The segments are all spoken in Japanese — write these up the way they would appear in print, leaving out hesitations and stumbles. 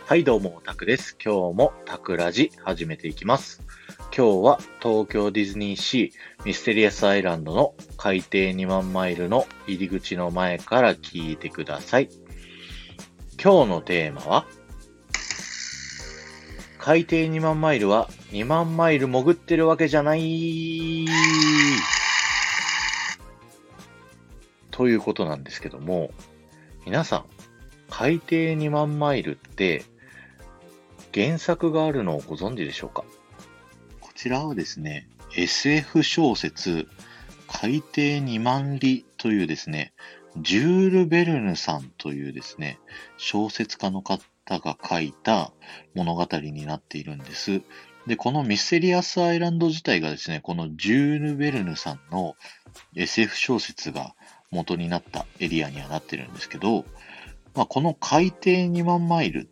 はいどうも、タクです。今日もタクラジ始めていきます。今日は東京ディズニーシーミステリアスアイランドの海底2万マイルの入り口の前から聞いてください。今日のテーマは、海底2万マイルは2万マイル潜ってるわけじゃないということなんですけども、皆さん、海底2万マイルって原作があるのをご存知でしょうか？こちらはですね、SF 小説、海底2万里というですね、ジュール・ベルヌさんというですね、小説家の方が書いた物語になっているんです。で、このミステリアスアイランド自体がですね、このジュール・ベルヌさんの SF 小説が元になったエリアにはなってるんですけど、この海底2万マイルって、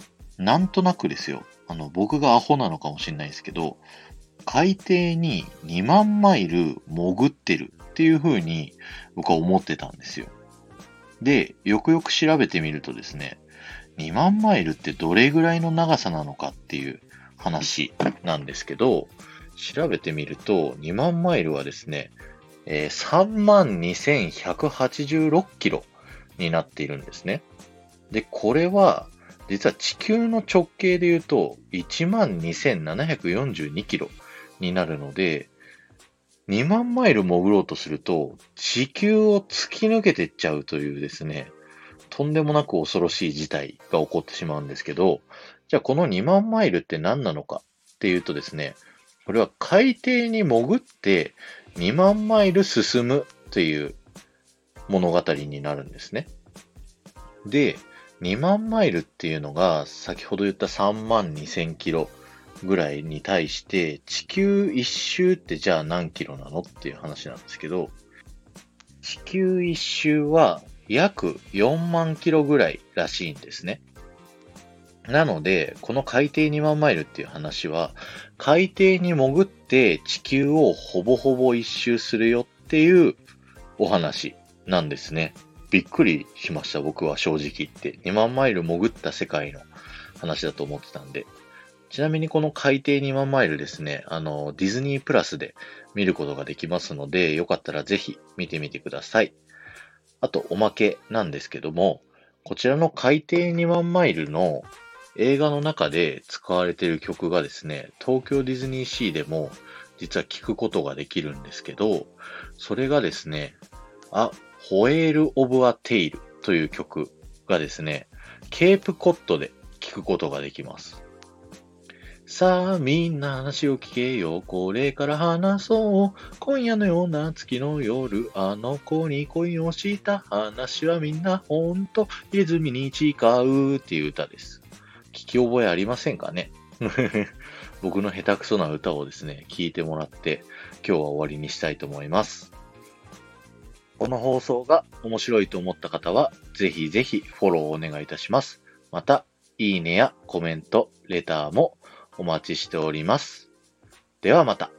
なんとなくですよ。僕がアホなのかもしれないですけど、海底に2万マイル潜ってるっていう風に僕は思ってたんですよ。で、よくよく調べてみるとですね、2万マイルってどれぐらいの長さなのかっていう話なんですけど、調べてみると2万マイルはですね、32,186キロになっているんですね。で、これは、実は地球の直径で言うと、12,742キロになるので、2万マイル潜ろうとすると、地球を突き抜けていっちゃうというですね、とんでもなく恐ろしい事態が起こってしまうんですけど、じゃあこの2万マイルって何なのかっていうとですね、これは海底に潜って2万マイル進むという物語になるんですね。で、2万マイルっていうのが、先ほど言った3万2000キロぐらいに対して、地球一周ってじゃあ何キロなのっていう話なんですけど、地球一周は約4万キロぐらいらしいんですね。なので、この海底2万マイルっていう話は、海底に潜って地球をほぼほぼ一周するよっていうお話なんですね。びっくりしました、僕は正直言って。2万マイル潜った世界の話だと思ってたんで。ちなみにこの海底2万マイルですね、ディズニープラスで見ることができますので、よかったらぜひ見てみてください。あと、おまけなんですけども、こちらの海底2万マイルの映画の中で使われている曲がですね、東京ディズニーシーでも実は聴くことができるんですけど、それがですね、A Whale of a Tale という曲がですね、ケープコットで聴くことができます。さあ、みんな話を聞けよ。これから話そう。今夜のような月の夜、あの子に恋をした話はみんなほんと入れ墨に誓うっていう歌です。聞き覚えありませんかね？僕の下手くそな歌をですね、聞いてもらって、今日は終わりにしたいと思います。この放送が面白いと思った方は、ぜひぜひフォローをお願いいたします。また、いいねやコメント、レターもお待ちしております。ではまた。